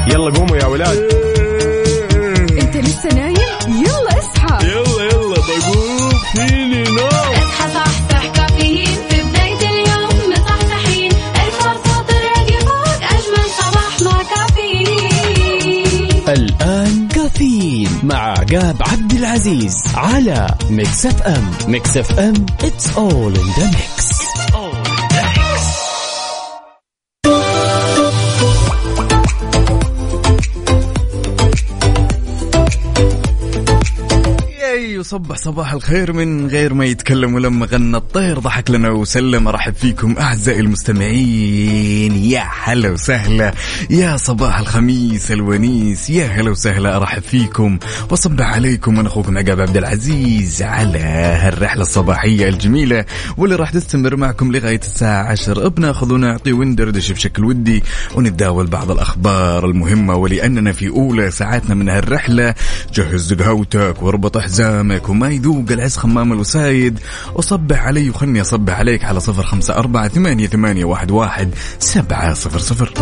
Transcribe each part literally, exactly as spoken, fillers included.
يلا قوموا يا ولاد. انت لسه نايم؟ يلا اصحى. يلا يلا بقوم فيني نوم. اصحى صحصح كافيين في بداية اليوم مصحصحين. ارفع صوت الراديو فوق أجمل صباح مع كافيين. الآن كافيين مع عقاب عبد العزيز على ميكس اف ام. ميكس اف ام it's all in the mix. صبح صباح الخير من غير ما يتكلم، ولما غنى الطير ضحك لنا وسلم. ارحب فيكم اعزائي المستمعين، يا هلا وسهلا، يا صباح الخميس الونيس، يا هلا وسهلا. ارحب فيكم وصبح عليكم، انا اخوكم عقاب عبد العزيز على هالرحله الصباحيه الجميله واللي راح تستمر معكم لغايه الساعه عشر. بناخذ ونعطي وندردش بشكل ودي ونتداول بعض الاخبار المهمه، ولاننا في اولى ساعاتنا من هالرحله جهز قهوتك واربط حزامك وما يذوق العز خمام الوسايد وصبح علي وخلني أصبح عليك على صفر خمسة أربعة ثمانية ثمانية واحد واحد سبعة صفر صفر.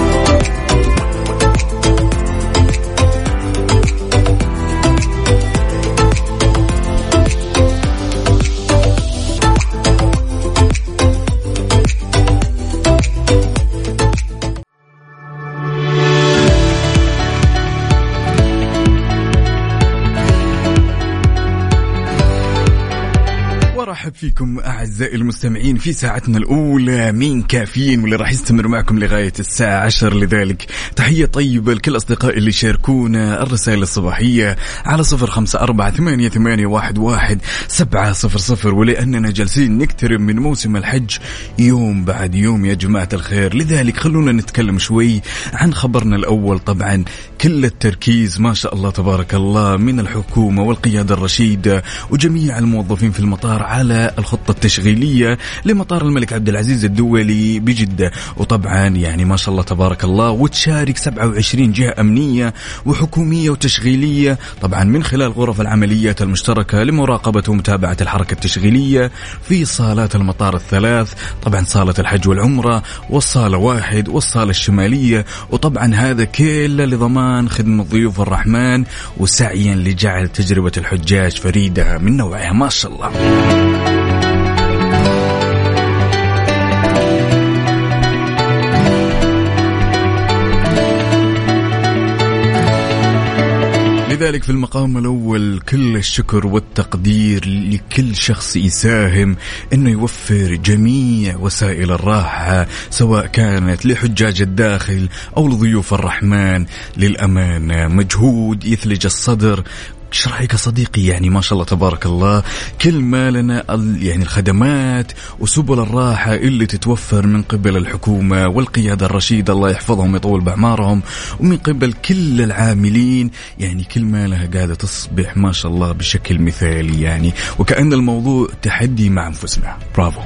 أرحب فيكم أعزائي المستمعين في ساعتنا الأولى من كافيين واللي راح يستمر معكم لغاية الساعة عشر. لذلك تحية طيبة لكل أصدقائي اللي شاركونا الرسائل الصباحية على صفر خمسة أربعة ثمانية ثمانية واحد واحد سبعة صفر صفر. ولأننا جالسين نقترب من موسم الحج يوم بعد يوم يا جماعة الخير، لذلك خلونا نتكلم شوي عن خبرنا الأول. طبعا كل التركيز ما شاء الله تبارك الله من الحكومة والقيادة الرشيدة وجميع الموظفين في المطار على الخطة التشغيلية لمطار الملك عبد العزيز الدولي بجدة. وطبعا يعني ما شاء الله تبارك الله وتشارك سبعة وعشرين جهة أمنية وحكومية وتشغيلية طبعا من خلال غرف العمليات المشتركة لمراقبة ومتابعة الحركة التشغيلية في صالات المطار الثلاث، طبعا صالة الحج والعمرة والصالة واحد والصالة الشمالية. وطبعا هذا كله لضمان خدمة ضيوف الرحمن وسعيا لجعل تجربة الحجاج فريدة من نوعها ما شاء الله. لذلك في المقام الأول كل الشكر والتقدير لكل شخص يساهم أنه يوفر جميع وسائل الراحة سواء كانت لحجاج الداخل أو لضيوف الرحمن. للأمانة مجهود يثلج الصدر. ايش رايك صديقي؟ يعني ما شاء الله تبارك الله كل ما لنا يعني الخدمات وسبل الراحة اللي تتوفر من قبل الحكومة والقيادة الرشيدة الله يحفظهم ويطول بأعمارهم ومن قبل كل العاملين، يعني كل ما لها قاعدة تصبح ما شاء الله بشكل مثالي، يعني وكأن الموضوع تحدي مع أنفسنا. برافو.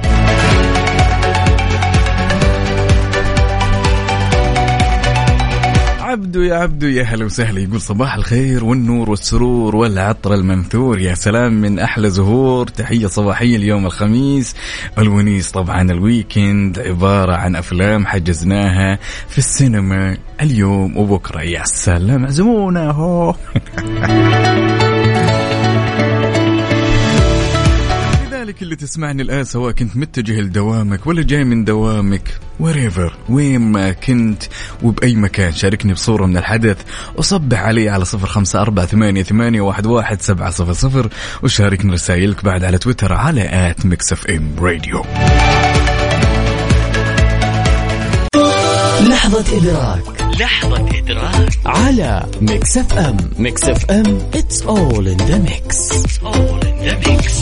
عبدو يا عبدو يا هلا وسهلا، يقول صباح الخير والنور والسرور والعطر المنثور، يا سلام من أحلى زهور. تحية صباحية اليوم الخميس الونيس. طبعا الويكند عبارة عن أفلام حجزناها في السينما اليوم وبكرة. يا سلام عزمونا هو. اللي تسمعني الآن سواء كنت متجه لدوامك ولا جاي من دوامك وريفر وين ما كنت وبأي مكان، شاركني بصورة من الحدث وصبح علي على صفر خمسة أربعة ثمانية ثمانية واحد واحد سبعة صفر صفر وشاركني رسائلك بعد على تويتر على آت ميكس اف ام راديو. لحظة إدراك لحظة إدراك على ميكس اف ام. ميكس اف ام it's all in the mix. It's all in the mix.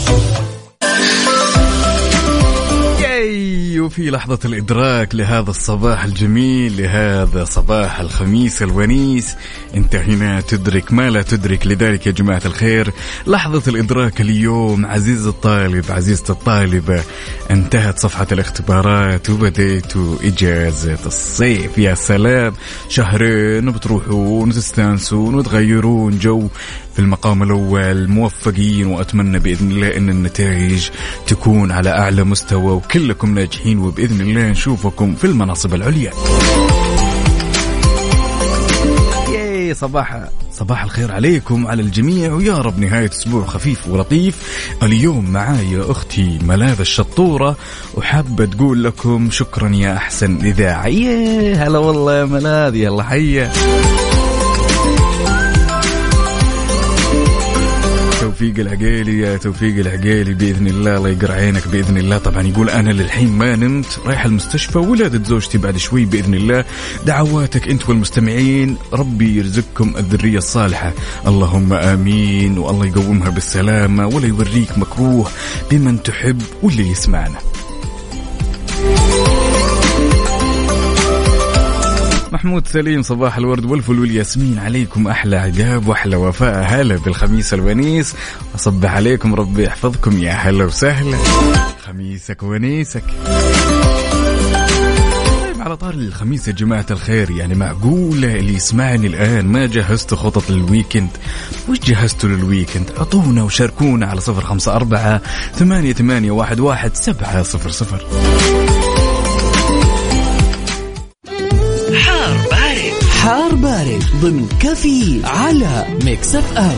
وفي لحظة الإدراك لهذا الصباح الجميل، لهذا صباح الخميس الونيس، انت هنا تدرك ما لا تدرك. لذلك يا جماعة الخير لحظة الإدراك اليوم عزيز الطالب عزيزة الطالبة، انتهت صفحة الاختبارات وبديتوا إجازة الصيف. يا سلام، شهرين بتروحون وتستانسون وتغيرون جو. في المقام الأول موفقين، وأتمنى بإذن الله أن النتائج تكون على أعلى مستوى وكلكم ناجحين، وبإذن الله نشوفكم في المناصب العليا. تحية صباح صباح الخير عليكم على الجميع، ويا رب نهاية أسبوع خفيف ولطيف. اليوم معايا أختي ملاذ الشطورة، وحابة تقول لكم شكرا يا أحسن إذاعة. ياه هلا والله يا ملاذ، يلا حيا. توفيق العقيلي، يا توفيق العقيلي بإذن الله، الله يقر عينك بإذن الله. طبعا يقول أنا للحين ما نمت، رايح المستشفى، ولادة زوجتي بعد شوي بإذن الله. دعواتك أنت والمستمعين، ربي يرزقكم الذرية الصالحة، اللهم آمين، والله يقومها بالسلامة ولا يوريك مكروه بمن تحب واللي يسمعنا. محمود سليم، صباح الورد والفل والياسمين عليكم، أحلى عقاب وأحلى وفاء. هلا بالخميس الونيس، أصبح عليكم ربي يحفظكم، يا هلا وسهلا، خميسك ونيسك. طيب على طار الخميس يا جماعة الخير، يعني معقولة اللي يسمعني الآن ما جهزتوا خطط للويكند؟ وش جهزتوا للويكند؟ عطونا وشاركونا على صفر خمسة أربعة ثمانية ثمانية واحد واحد سبعة صفر صفر. حار بارد، حار بارد ضمن كفي على ميكس اف ام.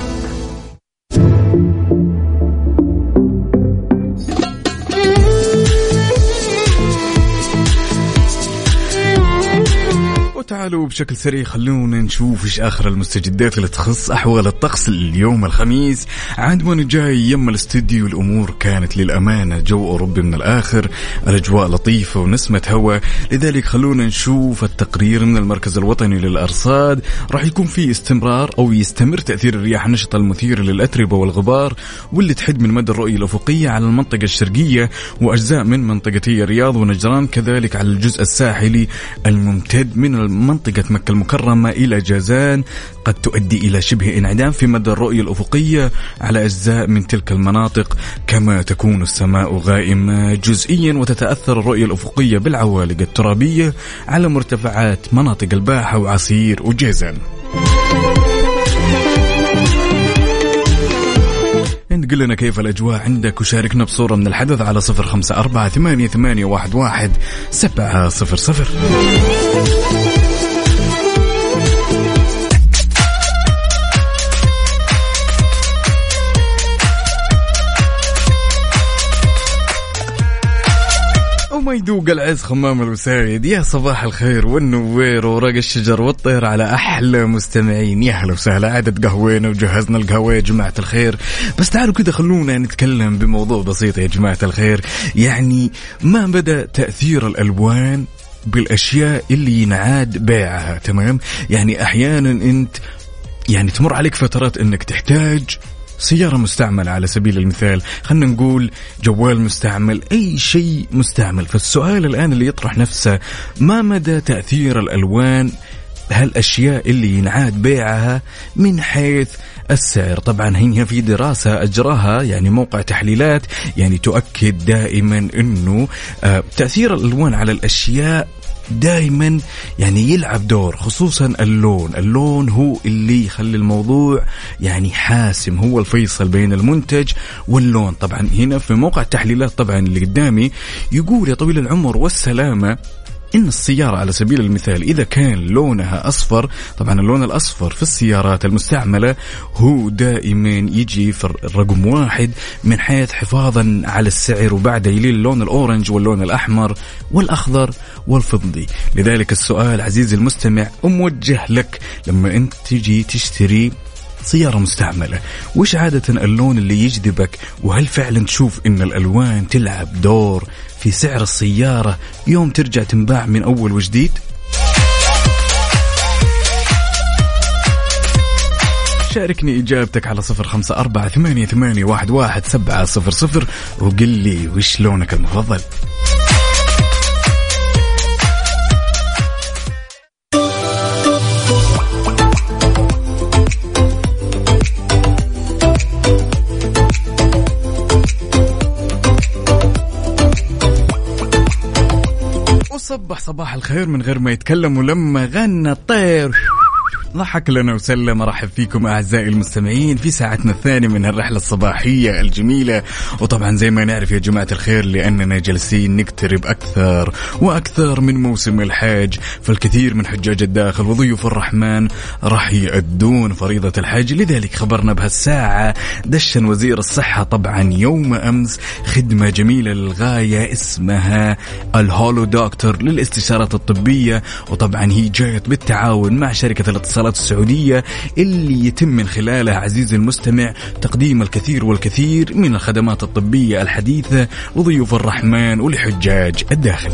تعالوا بشكل سريع خلونا نشوف ايش اخر المستجدات اللي تخص احوال الطقس اليوم الخميس. عند وانا جاي يم الاستديو الامور كانت للامانه جو اوروبي من الاخر، الاجواء لطيفه ونسمه هواء، لذلك خلونا نشوف التقرير من المركز الوطني للارصاد. راح يكون في استمرار او يستمر تاثير الرياح النشطه المثيره للاتربه والغبار، واللي تحد من مدى الرؤيه الافقيه على المنطقه الشرقيه واجزاء من منطقتي الرياض ونجران، كذلك على الجزء الساحلي الممتد من منطقة مكة المكرمة إلى جازان، قد تؤدي إلى شبه انعدام في مدى الرؤية الأفقية على أجزاء من تلك المناطق، كما تكون السماء غائمة جزئيا وتتأثر الرؤية الأفقية بالعوالق الترابية على مرتفعات مناطق الباحة وعسير وجازان. انت قل لنا كيف الأجواء عندك وشاركنا بصورة من الحدث على صفر خمسة أربعة ثمانية ثمانية واحد واحد سبعة صفر صفر. وما يدوق العز خمام الوسايد، يا صباح الخير والنوير ورق الشجر والطير على أحلى مستمعين. يا هلا وسهلا، عدد قهوينا وجهزنا القهوة يا جماعة الخير. بس تعالوا كده خلونا نتكلم بموضوع بسيط يا جماعة الخير. يعني ما بدأ تأثير الألوان بالأشياء اللي ينعاد بيعها؟ تمام، يعني أحيانا أنت يعني تمر عليك فترات أنك تحتاج سيارة مستعملة على سبيل المثال، خلنا نقول جوال مستعمل، أي شيء مستعمل. فالسؤال الآن اللي يطرح نفسه، ما مدى تأثير الألوان هالأشياء اللي ينعاد بيعها من حيث السعر؟ طبعا هي في دراسة أجراها يعني موقع تحليلات يعني تؤكد دائما أنه تأثير الألوان على الأشياء دائما يعني يلعب دور، خصوصا اللون. اللون هو اللي يخلي الموضوع يعني حاسم، هو الفيصل بين المنتج واللون. طبعا هنا في موقع التحليلات طبعا اللي قدامي يقول يا طويل العمر والسلامة إن السيارة على سبيل المثال إذا كان لونها أصفر، طبعا اللون الأصفر في السيارات المستعملة هو دائما يجي في الرقم واحد من حيث حفاظا على السعر، وبعد يلي اللون الأورنج واللون الأحمر والأخضر والفضي. لذلك السؤال عزيزي المستمع موجه لك، لما أنت تجي تشتري سيارة مستعملة وش عادة اللون اللي يجذبك؟ وهل فعلا تشوف إن الألوان تلعب دور في سعر السيارة يوم ترجع تنباع من أول وجديد؟ شاركني إجابتك على صفر خمسة أربعة ثمانية ثمانية واحد واحد سبعة صفر صفر وقل لي وش لونك المفضل. صبح صباح الخير من غير ما يتكلم، ولما غنى الطير ضحك لنا وسلم. مرحب فيكم أعزائي المستمعين في ساعتنا الثانية من الرحلة الصباحية الجميلة. وطبعا زي ما نعرف يا جماعة الخير لأننا جالسين نقترب أكثر وأكثر من موسم الحج، فالكثير من حجاج الداخل وضيوف الرحمن راح يؤدون فريضة الحج. لذلك خبرنا بهالساعة دشن وزير الصحة طبعا يوم أمس خدمة جميلة للغاية اسمها الهولو دكتور للاستشارات الطبية، وطبعا هي جاءت بالتعاون مع شركة الاتصالات السعودية اللي يتم من خلالها عزيزي المستمع تقديم الكثير والكثير من الخدمات الطبية الحديثة لضيوف الرحمن ولحجاج الداخل.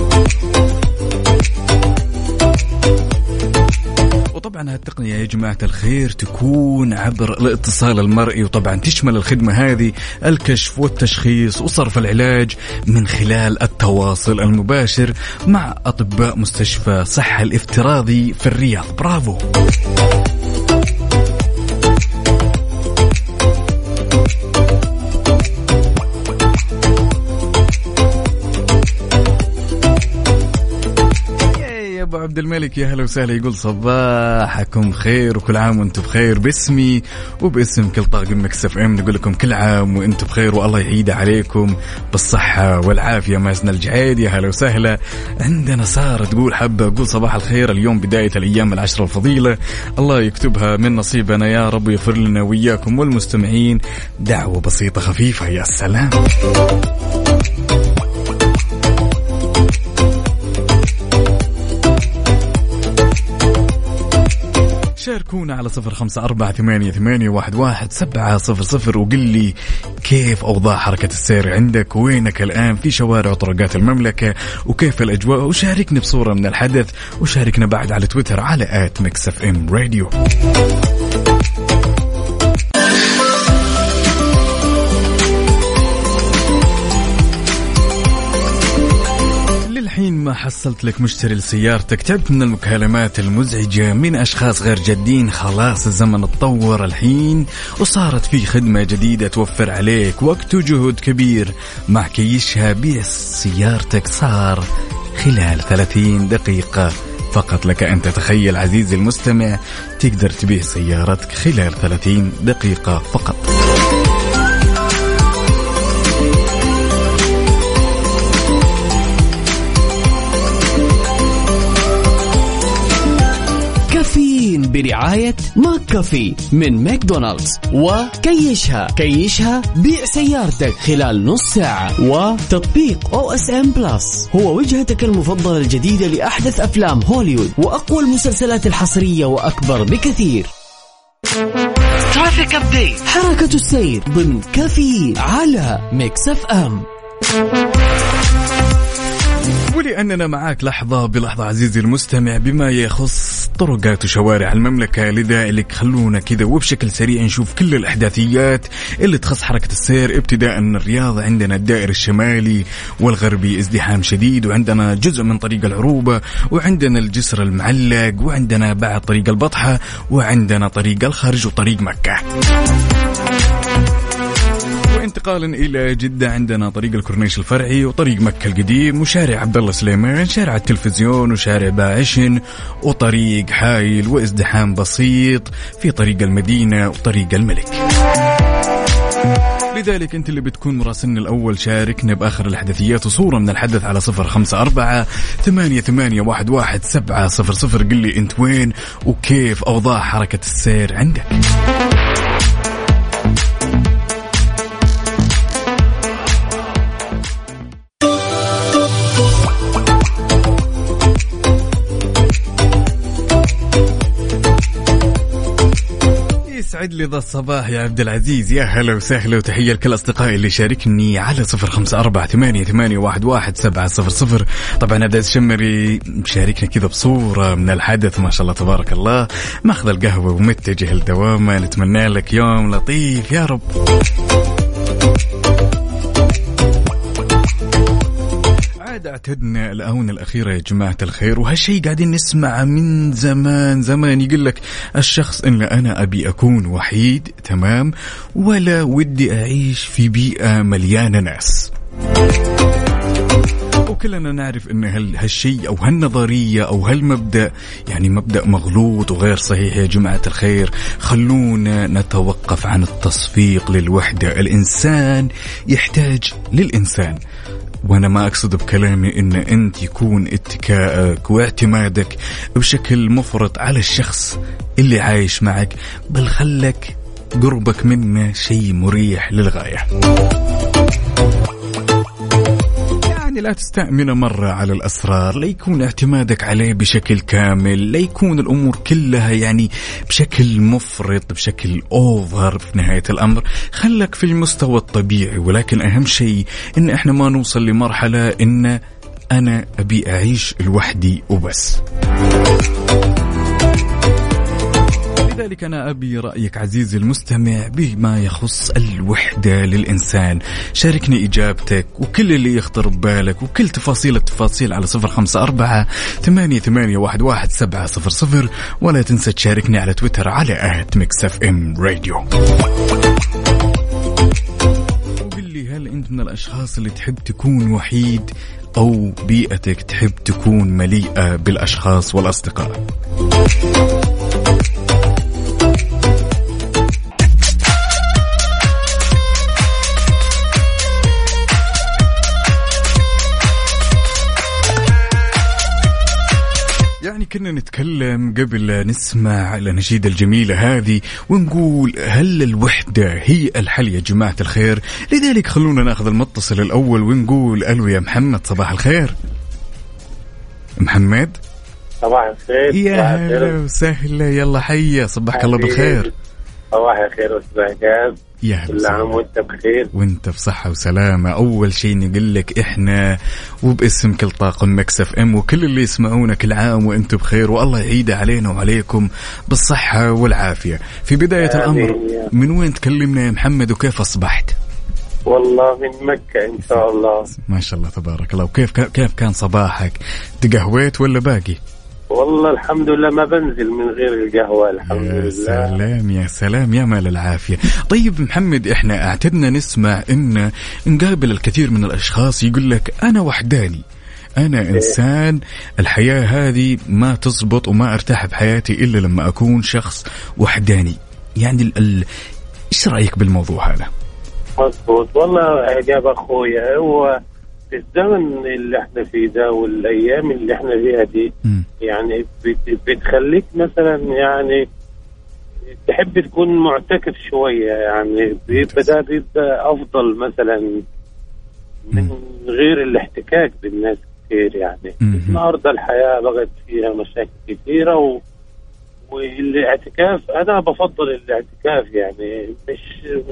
وطبعا هالتقنية يا جماعة الخير تكون عبر الاتصال المرئي، وطبعا تشمل الخدمة هذه الكشف والتشخيص وصرف العلاج من خلال التواصل المباشر مع أطباء مستشفى صحة الافتراضي في الرياض. برافو. أبو عبد الملك يا هلا وسهلا، يقول صباحكم خير وكل عام وانتم بخير. باسمي وباسم كل طاقم مكس اف ام نقول لكم كل عام وانتم بخير والله يعيد عليكم بالصحة والعافية. مازن الجعيد يا هلا وسهلا. عندنا سارة تقول حابة أقول صباح الخير، اليوم بداية الأيام العشرة الفضيلة، الله يكتبها من نصيبنا يا رب ويغفر لنا وياكم والمستمعين. دعوة بسيطة خفيفة يا سلام. شاركونا على صفر خمسة أربعة ثمانية ثمانية واحد واحد سبعة صفر صفر وقل لي كيف أوضاع حركة السير عندك، وينك الآن في شوارع وطرقات المملكة، وكيف الأجواء، وشاركني بصورة من الحدث، وشاركنا بعد على تويتر على آت ميكس اف ام راديو. الحين ما حصلت لك مشتري لسيارتك، تعبت من المكالمات المزعجة من أشخاص غير جادين، خلاص الزمن اتطور الحين وصارت في خدمة جديدة توفر عليك وقت وجهد كبير. مع كيشها بيع سيارتك صار خلال ثلاثين دقيقة فقط. لك أن تتخيل عزيزي المستمع تقدر تبيع سيارتك خلال ثلاثين دقيقة فقط. برعاية ماك كافي من ماكدونالدز، وكيشها كيشها بيع سيارتك خلال نص ساعة، وتطبيق او اس ام بلس هو وجهتك المفضلة الجديدة لأحدث أفلام هوليوود وأقوى المسلسلات الحصرية وأكبر بكثير. ترافيك أبديت، حركة السير ضمن كافي على ميكس اف ام. ولأننا معاك لحظة بلحظة عزيزي المستمع بما يخص طرقات وشوارع المملكة، لذلك خلونا كذا وبشكل سريع نشوف كل الأحداثيات اللي تخص حركة السير. ابتداء من الرياض عندنا الدائر الشمالي والغربي ازدحام شديد، وعندنا جزء من طريق العروبة، وعندنا الجسر المعلق، وعندنا بعد طريق البطحة، وعندنا طريق الخرج وطريق مكة. انتقالا إلى جدة عندنا طريق الكورنيش الفرعي وطريق مكة القديم وشارع عبد الله سليمان، شارع التلفزيون وشارع باعشن وطريق حايل، وازدحام بسيط في طريق المدينة وطريق الملك. لذلك أنت اللي بتكون مراسلنا الأول شاركنا بآخر الأحداثيات وصورة من الحدث على صفر خمسة أربعة ثمانية ثمانية واحد واحد سبعة صفر صفر. قل لي أنت وين وكيف أوضاع حركة السير عندك. يسعد لي ذا الصباح يا عبد العزيز، يا هلا وسهلا وتحية لكل أصدقائي اللي شاركني على صفر خمسة أربعة ثمانية ثمانية واحد واحد سبعة صفر صفر. طبعا عبد العزيز الشمري مشاركنا كذا بصورة من الحدث ما شاء الله تبارك الله، ماخذ القهوة ومتجه لدوامه. نتمنى لك يوم لطيف يا رب. عاد اعتدنا الآونة الأخيرة يا جماعة الخير، وهالشيء قاعدين نسمع من زمان زمان. يقول لك الشخص إن أنا أبي أكون وحيد تمام، ولا ودي أعيش في بيئة مليانة ناس. وكلنا نعرف أن هال هالشيء أو هالنظرية أو هالمبدأ يعني مبدأ مغلوط وغير صحيح يا جماعة الخير. خلونا نتوقف عن التصفيق للوحدة. الإنسان يحتاج للإنسان، وأنا ما أقصد بكلامي إن أنت يكون اتكائك واعتمادك بشكل مفرط على الشخص اللي عايش معك، بل خلك قربك منه شيء مريح للغاية. يعني لا تستأمن مرة على الأسرار، لا يكون اعتمادك عليه بشكل كامل، لا يكون الأمور كلها يعني بشكل مفرط بشكل أوفر. في نهاية الأمر خلك في المستوى الطبيعي، ولكن أهم شيء إن إحنا ما نوصل لمرحلة إن أنا أبي أعيش لوحدي وبس. لذلك أنا أبي رأيك عزيزي المستمع بما يخص الوحدة للإنسان. شاركني إجابتك وكل اللي يخطر ببالك وكل تفاصيل التفاصيل على صفر خمسة أربعة ثمانية ثمانية واحد واحد سبعة صفر صفر، ولا تنسى تشاركني على تويتر على آت ميكس اف ام راديو. وقل لي، هل أنت من الأشخاص اللي تحب تكون وحيد أو بيئتك تحب تكون مليئة بالأشخاص والأصدقاء؟ يعني كنا نتكلم قبل نسمع الأناشيد الجميلة هذه ونقول هل الوحدة هي الحل يا جماعة الخير؟ لذلك خلونا ناخذ المتصل الأول ونقول ألو يا محمد، صباح الخير. محمد صباح الخير. يا هلا وسهلا، يلا حيا، صبحك الله بالخير. صباح الخير والسعادة. يا هلا، كل عام وانت بخير وانت بصحة وسلامة. أول شيء نقول لك إحنا وباسم كل طاقم ميكس اف ام وكل اللي يسمعونا كل عام وانتم بخير، والله يعيد علينا وعليكم بالصحة والعافية. في بداية الأمر من وين تكلمنا يا محمد وكيف أصبحت؟ والله من مكة إن شاء الله. ما شاء الله تبارك الله. وكيف كيف كان صباحك؟ تقهويت ولا باقي؟ والله الحمد لله ما بنزل من غير القهوة الحمد يا لله. يا سلام يا سلام يا مال العافية. طيب محمد، احنا اعتدنا نسمع ان نقابل الكثير من الاشخاص يقول لك انا وحداني، انا انسان الحياة هذه ما تزبط وما ارتاح بحياتي الا لما اكون شخص وحداني. يعني ال ال ايش رأيك بالموضوع هذا؟ مظبوط والله اجاب اخويا. هو في الزمن اللي احنا فيه ده والايام اللي احنا فيها دي م. يعني بت بتخليك مثلا يعني تحب تكون معتكف شوية، يعني بيبقى ده بيبقى افضل مثلا من م. غير الاحتكاك بالناس كتير. يعني النهارده الحياة بقت فيها مشاكل كتيرة و... والاعتكاف انا بفضل الاعتكاف، يعني مش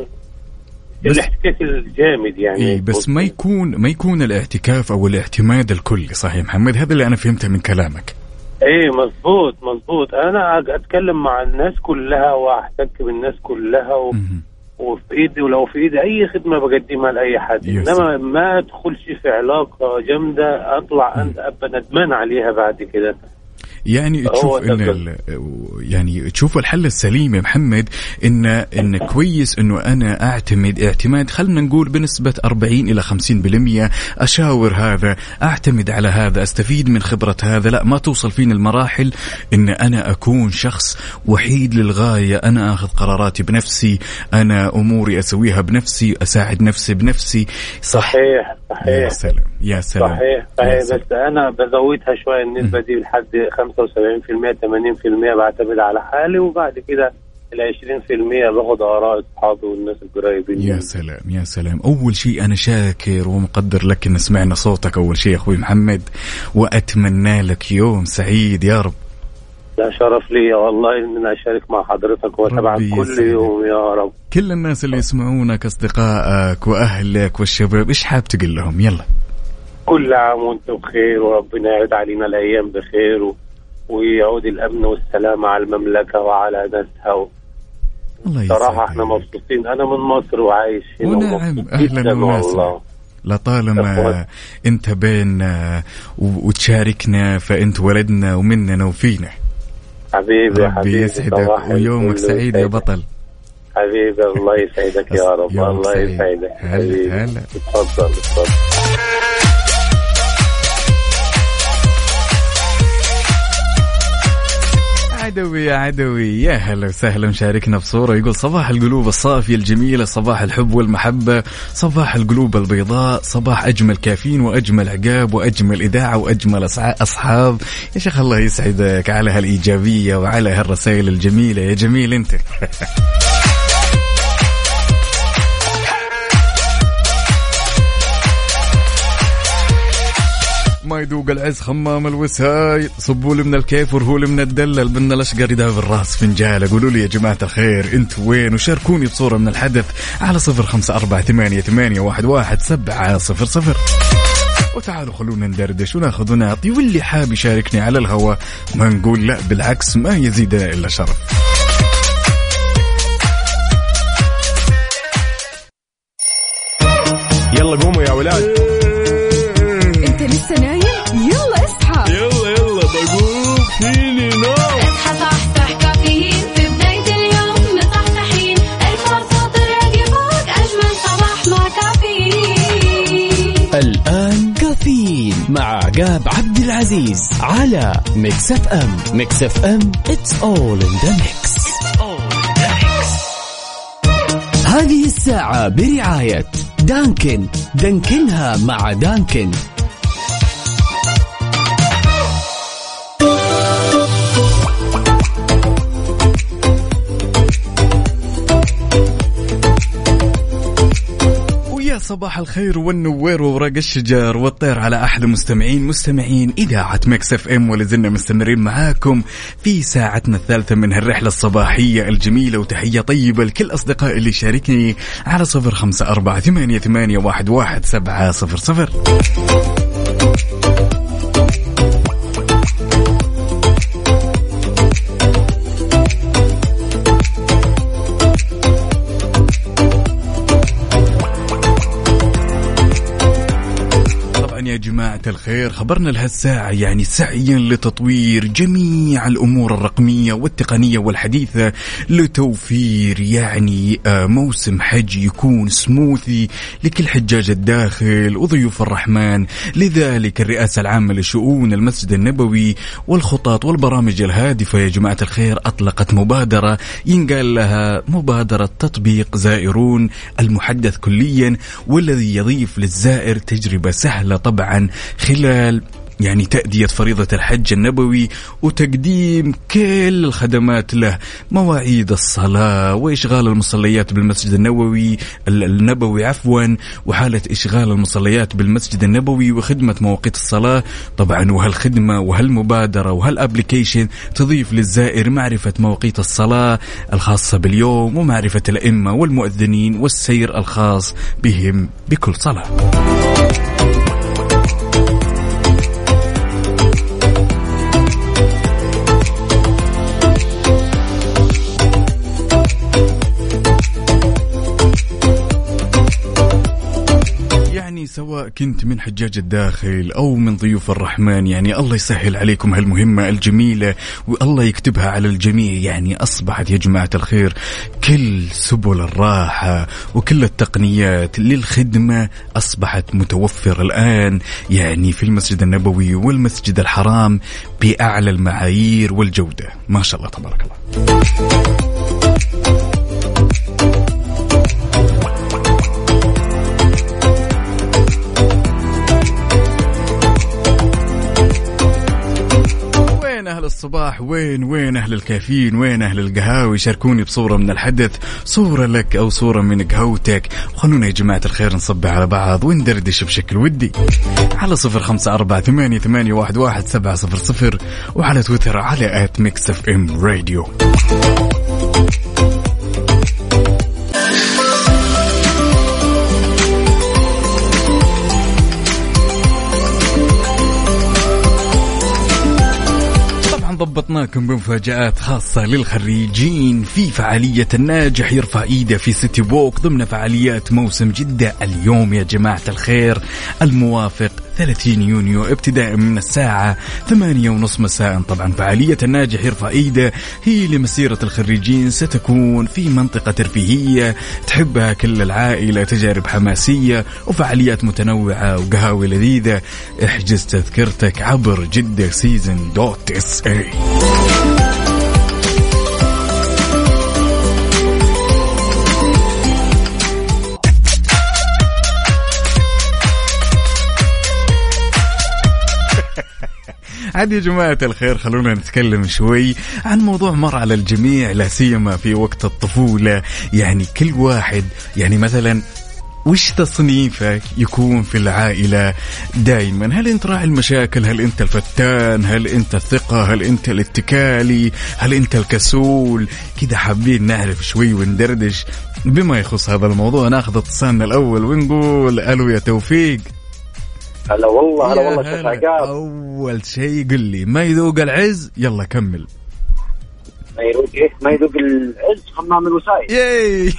الاحتكاك الجامد يعني. إيه بس ما يكون ما يكون الاعتكاف او الاعتماد الكلي. صحيح محمد، هذا اللي انا فهمته من كلامك. ايه مظبوط مظبوط. انا اتكلم مع الناس كلها واحتك بالناس كلها و... وفي ايدي ولو في ايدي اي خدمه بقدمها لاي حد، انما ما ادخلش في علاقه جامده اطلع انت ابقى ندمان عليها بعد كده. يعني تشوف ان يعني تشوف الحل السليم يا محمد ان ان كويس انه انا اعتمد اعتماد خلينا نقول بنسبه أربعين إلى خمسين بالمئة، اشاور هذا، اعتمد على هذا، استفيد من خبره هذا. لا ما توصل فينا المراحل ان انا اكون شخص وحيد للغايه، انا اخذ قراراتي بنفسي، انا اموري اسويها بنفسي، اساعد نفسي بنفسي. صح صحيح صحيح. يا سلام يا سلام صحيح صحيح. بس انا بزودها شويه النسبه دي لحد خمسة وسبعين بالمئة ثمانين بالمئة بعتمد على حالي، وبعد كده ال عشرين بالمئة باخد آراء أصحابي والناس القريبين. يا سلام يا سلام. أول شيء أنا شاكر ومقدر لك إن سمعنا صوتك أول شيء أخوي محمد، وأتمنى لك يوم سعيد يا رب. لا شرف لي والله إن أنا أشارك مع حضرتك وطبعا كل يوم يا رب. كل الناس اللي يسمعونك أصدقائك وأهلك والشباب إيش حاب تقول لهم؟ يلا. كل عام وأنتم بخير وربنا يعود علينا الأيام بخير و... ويعود الأمن والسلام على المملكة وعلى ناسها و... صراحة احنا مبسوطين. أنا من مصر وعايش هنا. ونعم أهلا وسهلا. لطالما أنت بيننا وتشاركنا فأنت ولدنا ومننا وفينا. حبيبي ربي حبيبي يسعدك ويومك سعيد يا بطل. حبيبي الله يسعدك يا رب. الله يسعدك هلا هلا. تفضل تفضل. عدوي يا عدوي، يا هلا وسهلا، مشاركنا بصورة يقول صباح القلوب الصافية الجميلة، صباح الحب والمحبة، صباح القلوب البيضاء، صباح أجمل كافين وأجمل عقاب وأجمل إذاعة وأجمل أصحاب. يا شيخ الله يسعدك على هالإيجابية وعلى هالرسائل الجميلة، يا جميل أنت. ما يذوق العز خمام الوسايل، صبوا لي من الكيف ورهوا لي من الدلل، بدنا الاشقر يداوي الراس فنجاله. قولوا لي يا جماعه الخير انتوا وين، وشاركوني بصوره من الحدث على صفر خمسة أربعة ثمانية ثمانية واحد واحد سبعة صفر صفر. وتعالوا خلونا ندردش وناخذ ونعطي، واللي حاب يشاركني على الهواء ما نقول لا، بالعكس ما يزيدنا الا شرف. يلا قوموا يا ولاد. لسه نايم؟ يلا اصحى. يلا يلا بقوم فيني نوم. اصحى صحصح كافيين في بداية اليوم مصحصحين، الفرصة تراقي فوق أجمل صباح مع كافيين. الآن كافيين مع عقاب عبد العزيز على ميكس اف ام. ميكس اف ام it's all in the mix. هذه الساعة برعاية دانكن، دانكنها مع دانكن. صباح الخير والنوير وورق الشجر والطير على أحلى مستمعين مستمعين إذاعة ميكس اف ام، ولازلنا مستمرين معاكم في ساعتنا الثالثة من هالرحلة الصباحية الجميلة. وتحية طيبة لكل أصدقائي اللي شاركني على صفر خمسة أربعة ثمانية ثمانية واحد واحد سبعة صفر صفر. يا جماعة الخير، خبرنا لهالساعة يعني سعيا لتطوير جميع الأمور الرقمية والتقنية والحديثة لتوفير يعني موسم حج يكون سموثي لكل حجاج الداخل وضيوف الرحمن. لذلك الرئاسة العامة لشؤون المسجد النبوي والخطط والبرامج الهادفة يا جماعة الخير أطلقت مبادرة ينقال لها مبادرة تطبيق زائرون المحدث كليا، والذي يضيف للزائر تجربة سهلة طبعا خلال يعني تأدية فريضة الحج النبوي وتقديم كل الخدمات له، مواعيد الصلاة وإشغال المصليات بالمسجد النبوي النبوي عفوا وحالة إشغال المصليات بالمسجد النبوي وخدمة مواقيت الصلاة طبعا. وهالخدمة وهالمبادرة وهالابليكيشن تضيف للزائر معرفة مواقيت الصلاة الخاصة باليوم ومعرفة الأئمة والمؤذنين والسير الخاص بهم بكل صلاة. سواء كنت من حجاج الداخل أو من ضيوف الرحمن، يعني الله يسهل عليكم هالمهمة الجميلة والله يكتبها على الجميع. يعني أصبحت يا جماعة الخير كل سبل الراحة وكل التقنيات للخدمة أصبحت متوفرة الآن يعني في المسجد النبوي والمسجد الحرام بأعلى المعايير والجودة، ما شاء الله تبارك الله. أهل الصباح، وين وين أهل الكافيين، وين أهل القهاوي؟ شاركوني بصورة من الحدث، صورة لك أو صورة من قهوتك، وخلونا يا جماعة الخير نصبح على بعض وندردش بشكل ودي على صفر خمسة أربعة ثمانية ثمانية واحد واحد سبعة صفر صفر، وعلى تويتر على آت ميكس اف ام راديو. ضبطناكم بمفاجآت خاصة للخريجين في فعالية الناجح يرفع إيده في سيتي ووك ضمن فعاليات موسم جدة اليوم يا جماعة الخير الموافق ثلاثين يونيو ابتداء من الساعة ثمانية ونصف مساء. طبعا فعالية الناجح يرفع إيده هي لمسيرة الخريجين، ستكون في منطقة ترفيهية تحبها كل العائلة، تجارب حماسية وفعاليات متنوعة وقهاوي لذيذة. احجز تذكرتك عبر جدة سيزن دوت اس اي. عاد يا جماعة الخير خلونا نتكلم شوي عن موضوع مر على الجميع لا سيما في وقت الطفولة. يعني كل واحد يعني مثلا وش تصنيفك يكون في العائلة دائما؟ هل انت راعي المشاكل؟ هل انت الفتان؟ هل انت الثقة؟ هل انت الاتكالي؟ هل انت الكسول؟ كده حابين نعرف شوي وندردش بما يخص هذا الموضوع. ناخذ اتصالنا الأول ونقول ألو يا توفيق. هلا والله هلا والله شيخ عقاب. أول شيء قل لي ما يذوق العز. يلا كمل. ما يذوق إيه؟ ما يذوق العز خمام الوسائل. ياي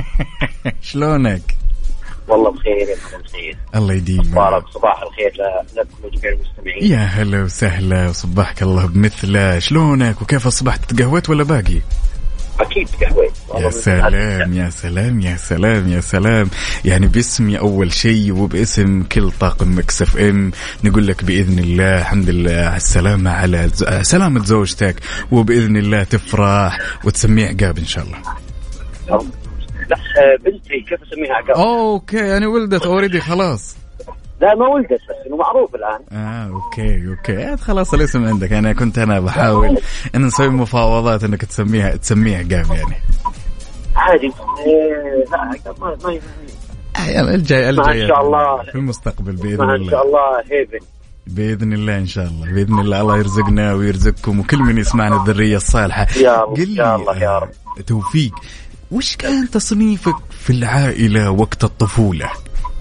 شلونك؟ والله بخير يا بخير. الله يديم. مبارك صباح الخير لكم وجميع المستمعين. يا هلا وسهلا وصبحك الله بمثله. شلونك وكيف أصبحت؟ تقهوت ولا باقي؟ أكيد تقهوت. يا سلام يا سلام يا سلام يا سلام. يعني باسمي أول شيء وباسم كل طاقم مكس اف ام نقول لك بإذن الله الحمد لله على السلامة، على سلامة زوجتك، وبإذن الله تفرح وتسميه عقاب إن شاء الله. لا بنتي كيف اسميها عقاب؟ اوكي يعني ولدت اوريدي خلاص. لا ما ولدت بس انه معروف الان. اه اوكي اوكي خلاص الاسم عندك. انا كنت انا بحاول ان نسوي مفاوضات انك تسميها تسميها عقاب يعني عادي. إيه لا عقاب ما ما يعني الجاي الجاي ان شاء الله في المستقبل باذن الله. ان شاء الله هيفن بإذن الله إن شاء الله بإذن الله. الله يرزقنا ويرزقكم وكل من يسمعنا الذرية الصالحة يا رب. قل يا الله يا رب. توفيق وش كان تصنيفك في العائلة وقت الطفولة؟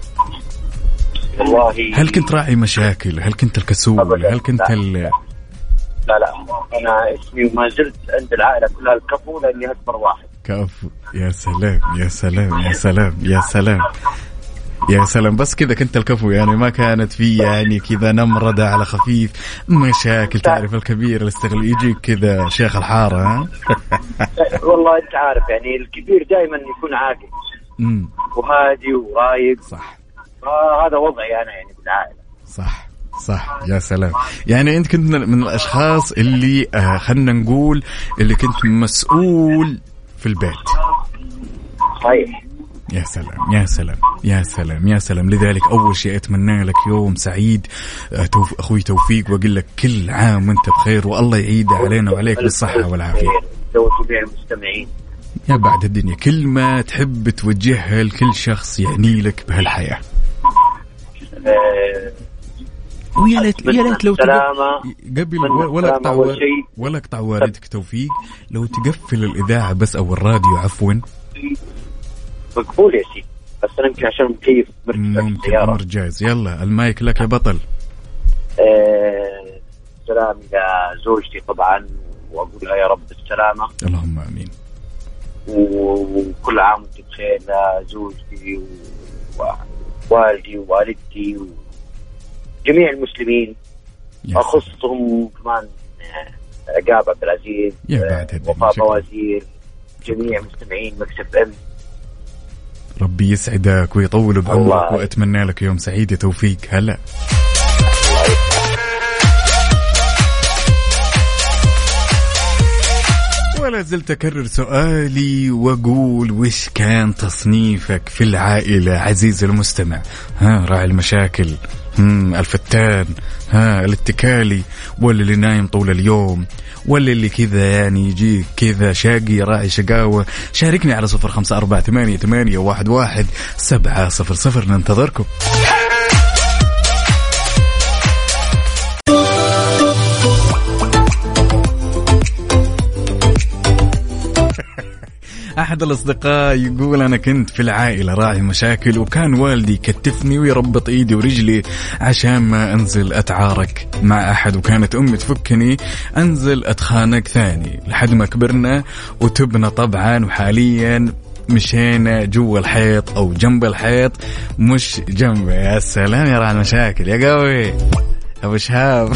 والله هل كنت راعي مشاكل؟ هل كنت الكسول؟ هل كنت لا. ال لا لا أنا اسمي وما زلت عند العائلة كلها الكفو لأني أكبر واحد. كفو. يا سلام يا سلام يا سلام يا سلام يا سلام. بس كذا كنت الكفو يعني ما كانت في يعني كذا نمردة على خفيف مشاكل. تعرف الكبير الاستغل يجيك كذا شيخ الحارة. ها والله أنت عارف يعني الكبير دائما يكون عاقل وهادي ورايق. صح. آه هذا وضعي أنا يعني بالعائلة. صح صح. يا سلام. يعني أنت كنت من الأشخاص اللي آه خلنا نقول اللي كنت مسؤول في البيت. صحيح. يا سلام يا سلام يا سلام يا سلام. لذلك أول شيء أتمنى لك يوم سعيد توف... أخوي توفيق وأقول لك كل عام وأنت بخير والله يعيد علينا وعليك بالصحة والعافية. جميع المستمعين. يا بعد الدنيا كلمة تحب توجهها لكل شخص يعني لك بهالحياة. أه ويا ليت يا ليت لو قبل ولا اقطع ولا اقطع والدك توفيق لو تقفل الإذاعة بس أو الراديو عفوا. مقبول يا سيدي بس أنا يمكن عشان مكيف ممكن أمر جايز. يلا المايك لك يا بطل. أه سلام إلى زوجتي طبعا وأقول لها يا رب السلامة. اللهم آمين. وكل عام وانت بخير لزوجتي ووالدي ووالدتي وجميع المسلمين أخصهم كمان عقاب عبد العزيز وفاء بوازير جميع مستمعين مكتب ام. ربي يسعدك ويطول بعمرك وأتمنى لك يوم سعيد يا توفيق. هلا ولا زلت أكرر سؤالي وأقول وش كان تصنيفك في العائلة عزيز المستمع؟ ها راعي المشاكل، هم الفتان، ها الاتكالي، ولا اللي نايم طول اليوم، ولا اللي كذا يعني يجيك كذا شاقي راعي شقاوة؟ شاركني على صفر خمسة أربعة ثمانية ثمانية واحد واحد سبعة صفر صفر ننتظركم. أحد الأصدقاء يقول أنا كنت في العائلة راعي مشاكل وكان والدي يكتفني ويربط إيدي ورجلي عشان ما أنزل أتعارك مع أحد، وكانت أمي تفكني أنزل أتخانق ثاني لحد ما كبرنا وتبنا طبعا، وحاليا مشينا جوا الحيط أو جنب الحيط مش جنبه. يا سلام يا راعي المشاكل يا قوي أبو شهاب.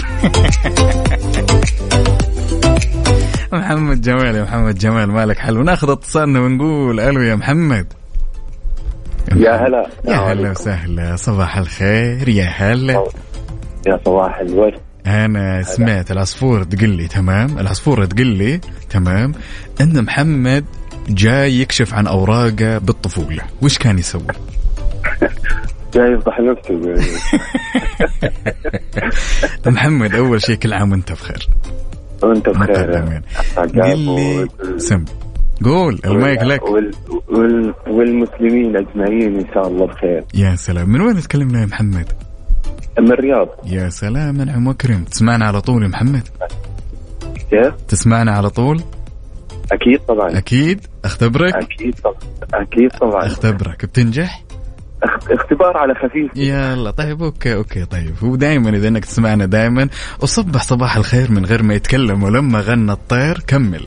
محمد جمال يا محمد جمال مالك حلو. ناخذ اتصالنا ونقول الو يا محمد. يا هلا يا هلا وسهلا صباح الخير. يا هلا يا صباح الورد. انا سمعت العصفور تقول لي تمام، العصفورة تقول لي تمام ان محمد جاي يكشف عن اوراقه بالطفولة، وش كان يسوي؟ جاي يفضح نفسه. محمد أول شيء كل عام وأنت بخير. وأنت بخير. قل لي سم قول المايك لك. وال... وال... والمسلمين أجمعين إن شاء الله بخير. يا سلام. من وين تكلمنا يا محمد؟ من الرياض. يا سلام نعم وكرم. تسمعنا على طول يا محمد؟ كيف؟ تسمعنا على طول؟ أكيد طبعا. أكيد أختبرك. أكيد طبعا. أكيد طبعا. أختبرك بتنجح؟ اختبار على خفيف. يلا طيب أوكي أوكي طيب. هو دائما إذا إنك تسمعنا دائما وصبح صباح الخير من غير ما يتكلم، ولما غنى الطير كمل.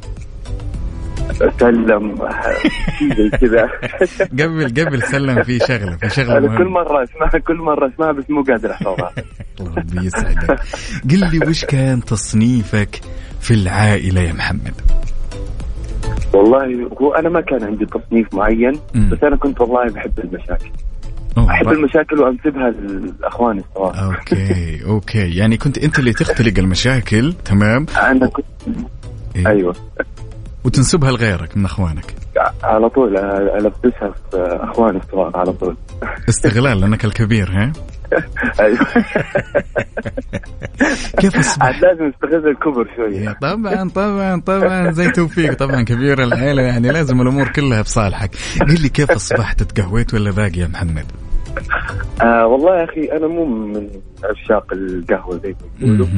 سلم كذا. قبل قبل سلم في شغلة في شغلة أنا كل مرة اسمعها كل مرة اسمعها بس مو قادر أحفظها. الله ربي يسعدك. قل لي وش كان تصنيفك في العائلة يا محمد؟ والله هو أنا ما كان عندي تصنيف معين م. بس أنا كنت والله بحب المشاكل. أحب بقى. المشاكل وأنسبها للأخوان الصراحة. أوكي أوكي يعني كنت أنت اللي تختلق المشاكل تمام. أنا كنت إيه؟ أيوة. وتنسبها لغيرك من أخوانك على طول. ألبسها في أخوان الصغار على طول. استغلال لأنك الكبير ها. أيوة. كيف أصبح لازم نستغل الكبر شوية. طبعا طبعا طبعا زي توفيق طبعا كبير العائلة يعني لازم الأمور كلها بصالحك. قل لي كيف أصبحت تقهويت ولا باقي يا محمد؟ آه والله يا أخي أنا مو من عشاق القهوة زي ما يقولوا.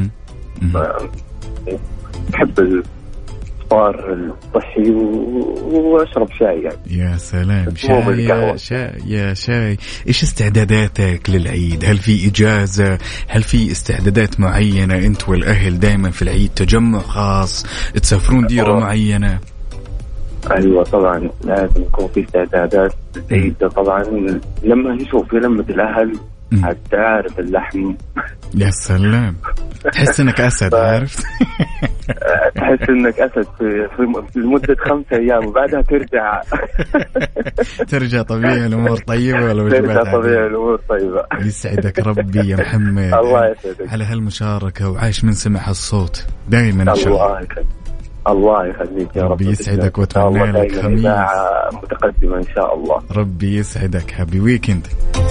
بحب الفطار الصحي واشرب شاي يعني. يا سلام. شاي يا شاي يا شاي. ايش استعداداتك للعيد؟ هل في اجازة؟ هل في استعدادات معينة انت والاهل دائما في العيد تجمع خاص تسافرون ديرة معينة؟ ايوه طبعا لازم يكون في استعدادات العيد. طبعا لما نشوف لمة الاهل حتى عارف اللحم. يا سلام. تحس انك اسد عارف. تحس انك اسد في, في مدة خمسة ايام وبعدها ترجع. ترجع طبيعي الامور طيبة ولا وجبات؟ ترجع طبيعي الامور طيبة. يسعدك ربي يا محمد. الله يسعدك على هالمشاركة وعايش من سمع الصوت دايما ان شاء الله. الله يخليك يا رب. ربي يسعدك واتمنى لك خميس متقدمة ان شاء الله. ربي يسعدك. هابي ويكند.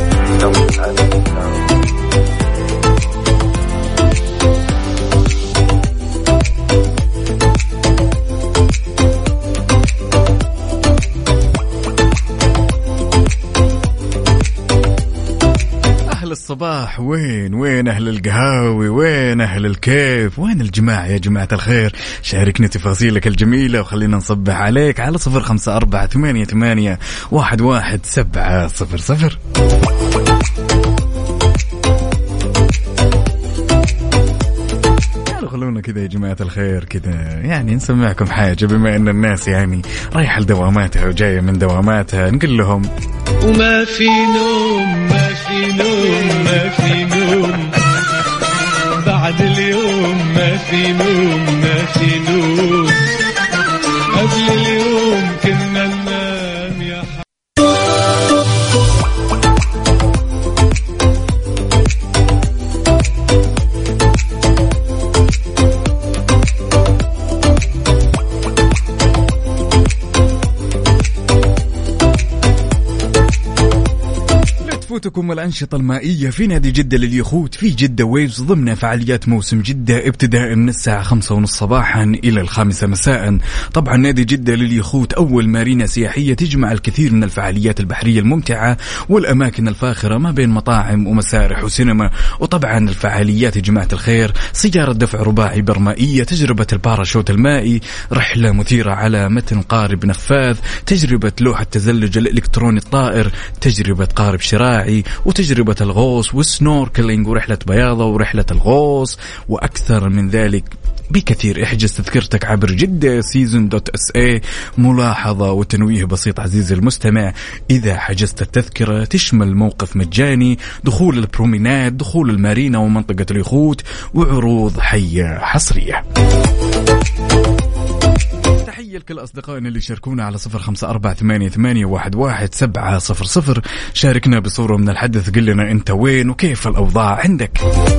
الصباح وين وين أهل القهاوي؟ وين أهل الكيف؟ وين الجماعة يا جماعة الخير؟ شاركني تفاصيلك الجميلة وخلينا نصبح عليك على صفر خمسة أربعة ثمانية ثمانية واحد واحد سبعة صفر صفر. خلونا كذا يا جماعة الخير كذا يعني نسمعكم حاجة بما أن الناس يعني رايحة لدواماتها وجاية من دواماتها. نقول لهم وما في نوم ما في نوم ما في نوم بعد اليوم ما في نوم ما في نوم قبل اليوم كنا ننام يا حبيبي. فوتكم الأنشطة المائية في نادي جدة لليخوت في جدة ويفز ضمن فعاليات موسم جدة ابتداء من الساعة خمسة ونص صباحا إلى الخامسة مساء. طبعا نادي جدة لليخوت أول مارينا سياحية تجمع الكثير من الفعاليات البحرية الممتعة والأماكن الفاخرة ما بين مطاعم ومسارح وسينما. وطبعا الفعاليات يا جماعة الخير سيارة دفع رباعي برمائية، تجربة الباراشوت المائي، رحلة مثيرة على متن قارب نفاذ، تجربة لوحة تزلج الإلكتروني الطائر، تجربة قارب شراعي، وتجربة الغوص والسنوركلينج ورحلة بياضة ورحلة الغوص وأكثر من ذلك بكثير. احجز تذكرتك عبر جدة سيزون دوت اس اي. ملاحظة وتنويه بسيط عزيزي المستمع، إذا حجزت التذكرة تشمل موقف مجاني، دخول البروميناد، دخول المارينا ومنطقة اليخوت، وعروض حية حصرية. تحية لكل أصدقائنا اللي شاركونا على صفر خمسة أربعة ثمانية ثمانية واحد واحد سبعة صفر صفر. شاركنا بصورة من الحدث، قل لنا أنت وين وكيف الأوضاع عندك.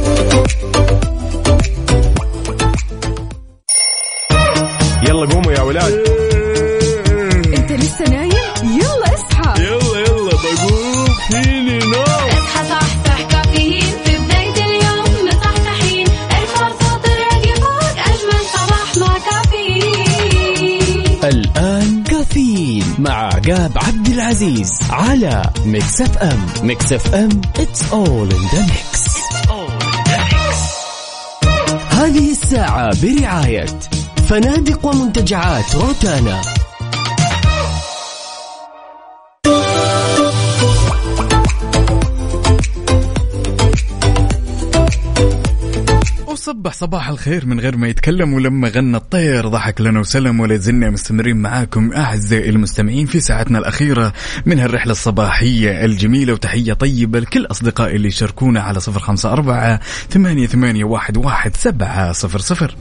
يلا قوموا يا ولاد. انت لسه نايم؟ يلا اصحى. يلا يلا بقوم فيني نو. اصحى صحصح كافيين في بداية اليوم مصحصحين، ارفع صوت الراديو فوق أجمل صباح مع كافيين. الآن كافيين مع عقاب عبد العزيز على ميكس اف ام. ميكس اف ام it's all in the mix. هذه الساعة برعاية فنادق ومنتجعات روتانا. صبح صباح الخير من غير ما يتكلم، ولما غنى الطير ضحك لنا وسلم. ولا زلنا مستمرين معاكم أعزائي المستمعين في ساعتنا الأخيرة من هالرحلة الصباحية الجميلة، وتحية طيبة لكل أصدقائي اللي يشاركونا على صفر خمسة أربعة ثمانية ثمانية واحد واحد سبعة صفر صفر.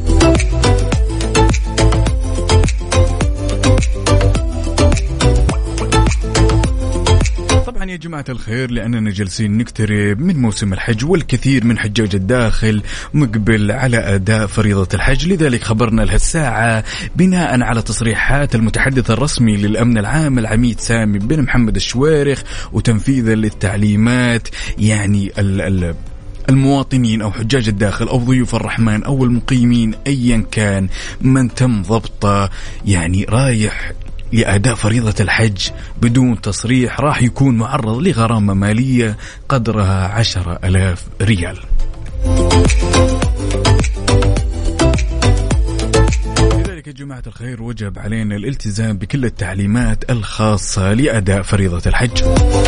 يا جماعة الخير، لأننا جالسين نقترب من موسم الحج، والكثير من حجاج الداخل مقبل على أداء فريضة الحج. لذلك خبرنا لهالساعة بناء على تصريحات المتحدث الرسمي للأمن العام العميد سامي بن محمد الشويرخ، وتنفيذا للتعليمات يعني ال ال المواطنين أو حجاج الداخل أو ضيوف الرحمن أو المقيمين أيا كان من تم ضبطه يعني رايح لأداء فريضة الحج بدون تصريح راح يكون معرض لغرامة مالية قدرها عشرة ألاف ريال. لذلك يا جماعة الخير وجب علينا الالتزام بكل التعليمات الخاصة لأداء فريضة الحج.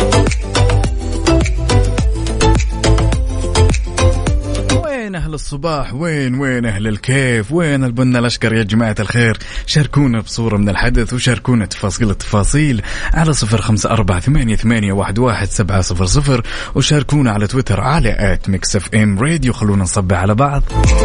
وين أهل الصباح؟ وين وين أهل الكيف؟ وين البن الأشقر يا جماعة الخير؟ شاركونا بصورة من الحدث وشاركونا تفاصيل التفاصيل على صفر خمسة أربعة ثمانية ثمانية واحد واحد سبعة صفر صفر، وشاركونا على تويتر على آت ميكس اف ام راديو. خلونا نصبح على بعض.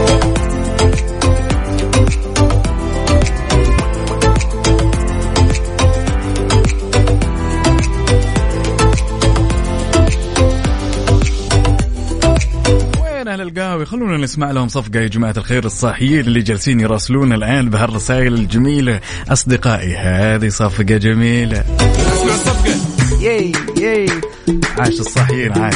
أهل القهوة خلونا نسمع لهم صفقة يا جماعة الخير، الصاحيين اللي جالسين يراسلون الآن بهالرسائل الجميلة. أصدقائي هذه صفقة جميلة. اسمع الصفقة. ياي ياي عاش الصاحيين عاش.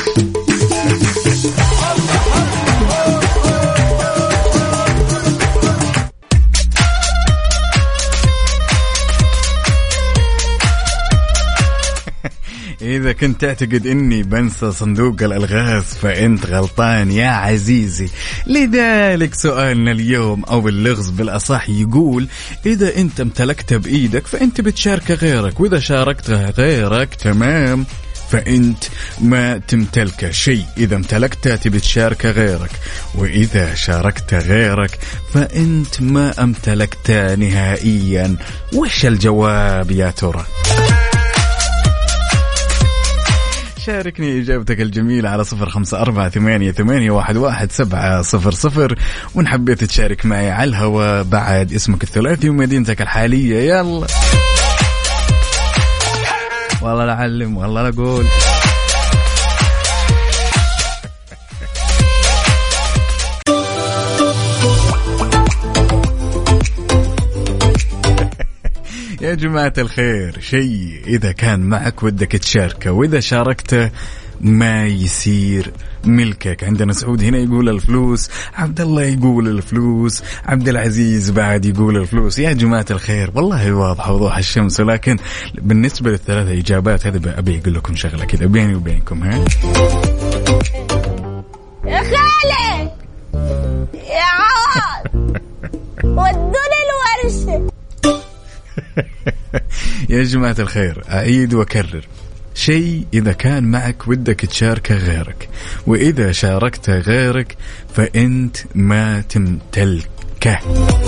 إذا كنت تعتقد إني بنسى صندوق الألغاز فأنت غلطان يا عزيزي. لذلك سؤالنا اليوم أو اللغز بالأصح يقول إذا أنت امتلكت بإيدك فأنت بتشارك غيرك، وإذا شاركتها غيرك تمام فأنت ما تمتلك شيء. إذا امتلكتها تبي تشارك غيرك، وإذا شاركت غيرك فأنت ما امتلكت نهائيا. وش الجواب يا ترى؟ شاركني إجابتك الجميلة على صفر خمسة أربعة ثمانية ثمانية واحد واحد سبعة صفر صفر. وإن حبيت تشارك معي على الهواء بعد اسمك الثلاثي ومدينتك الحالية. يلا والله لا أعلم والله لا أقول. يا جماعة الخير، شيء إذا كان معك ودك تشاركه، وإذا شاركته ما يصير ملكك. عندنا سعود هنا يقول الفلوس، عبد الله يقول الفلوس، عبد العزيز بعد يقول الفلوس. يا جماعة الخير والله واضح وضوح الشمس، ولكن بالنسبة للثلاثة إجابات هذا أبي أقول لكم شغلة كذا بيني وبينكم. ها يا خالد يا عوض ودوني الورشة. يا جماعة الخير أعيد وأكرر، شيء إذا كان معك ودك تشاركه غيرك، وإذا شاركت غيرك فأنت ما تمتلكه.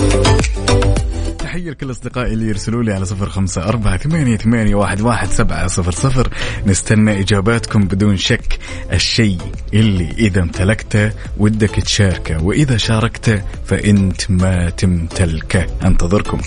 تحية لكل أصدقائي اللي يرسلوا لي على صفر خمسة أربعة ثمانية ثمانية واحد واحد سبعة صفر صفر. نستنى إجاباتكم بدون شك. الشيء اللي إذا امتلكته ودك تشاركه، وإذا شاركته فأنت ما تمتلكه. أنتظركم.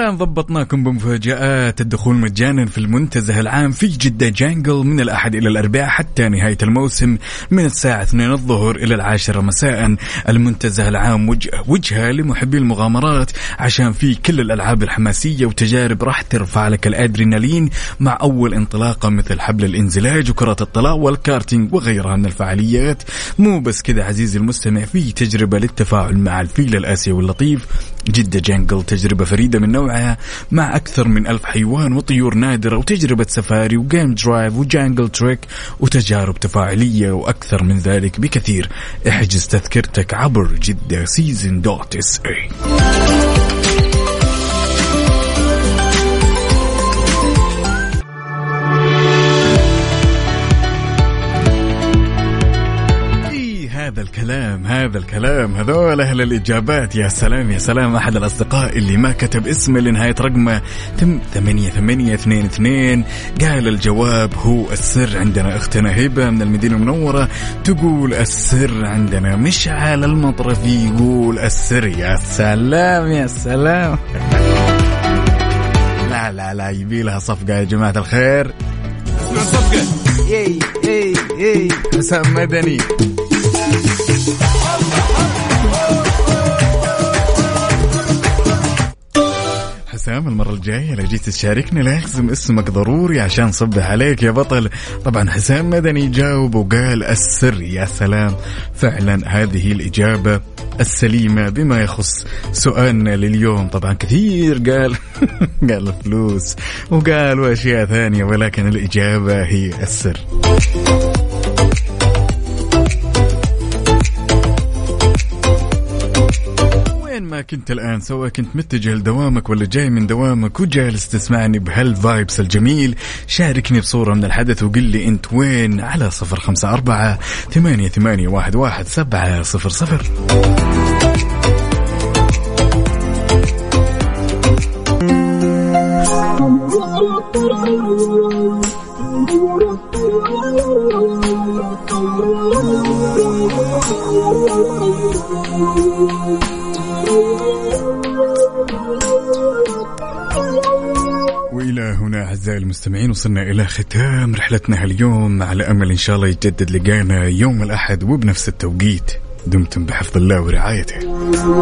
كمان ضبطناكم بمفاجآت الدخول مجانا في المنتزه العام في جدة جانجل من الأحد إلى الأربعاء حتى نهاية الموسم من الساعة اثنين الظهر إلى العاشرة مساء. المنتزه العام وجهة, وجهة لمحبي المغامرات عشان فيه كل الألعاب الحماسية وتجارب راح ترفع لك الأدرينالين مع أول انطلاقة مثل حبل الانزلاج وكرة الطلاء والكارتينج وغيرها من الفعاليات. مو بس كذا عزيزي المستمع، فيه تجربة للتفاعل مع الفيل الآسيوي اللطيف. جدة جانجل تجربة فريدة من نوعها مع أكثر من ألف حيوان وطيور نادرة وتجربة سفاري وجيم درايف وجانجل تريك وتجارب تفاعلية وأكثر من ذلك بكثير. احجز تذكرتك عبر جدة سيزن دوت اس اي. هذا الكلام هذا الكلام هذول أهل الإجابات. يا سلام يا سلام. أحد الأصدقاء اللي ما كتب اسمه لنهاية رقمه ثمانية ثمانية اثنين اثنين قال الجواب هو السر. عندنا أختنا هبة من المدينة المنورة تقول السر عندنا مشعل المطرفي يقول السر. يا سلام يا سلام. لا لا لا يبي لها صفقة يا جماعة الخير. اسمع صفقة. اي اي اي حسام مدني. حسام المرة الجاية لو جيت تشاركنا لازم اسمك ضروري عشان صبح عليك يا بطل. طبعا حسام مدني جاوب وقال السر. يا سلام، فعلا هذه الإجابة السليمة بما يخص سؤالنا لليوم. طبعا كثير قال قال فلوس وقالوا أشياء ثانية ولكن الإجابة هي السر. ما كنت الآن سواء كنت متجه لدوامك ولا جاي من دوامك وجالس تسمعني بهالفايبس الجميل، شاركني بصورة من الحدث وقل لي أنت وين على صفر خمسة أربعة ثمانية ثمانية واحد واحد سبعة صفر صفر. وإلى هنا أعزائي المستمعين وصلنا إلى ختام رحلتنا اليوم، على أمل إن شاء الله يتجدد لقانا يوم الأحد وبنفس التوقيت. دمتم بحفظ الله ورعايته.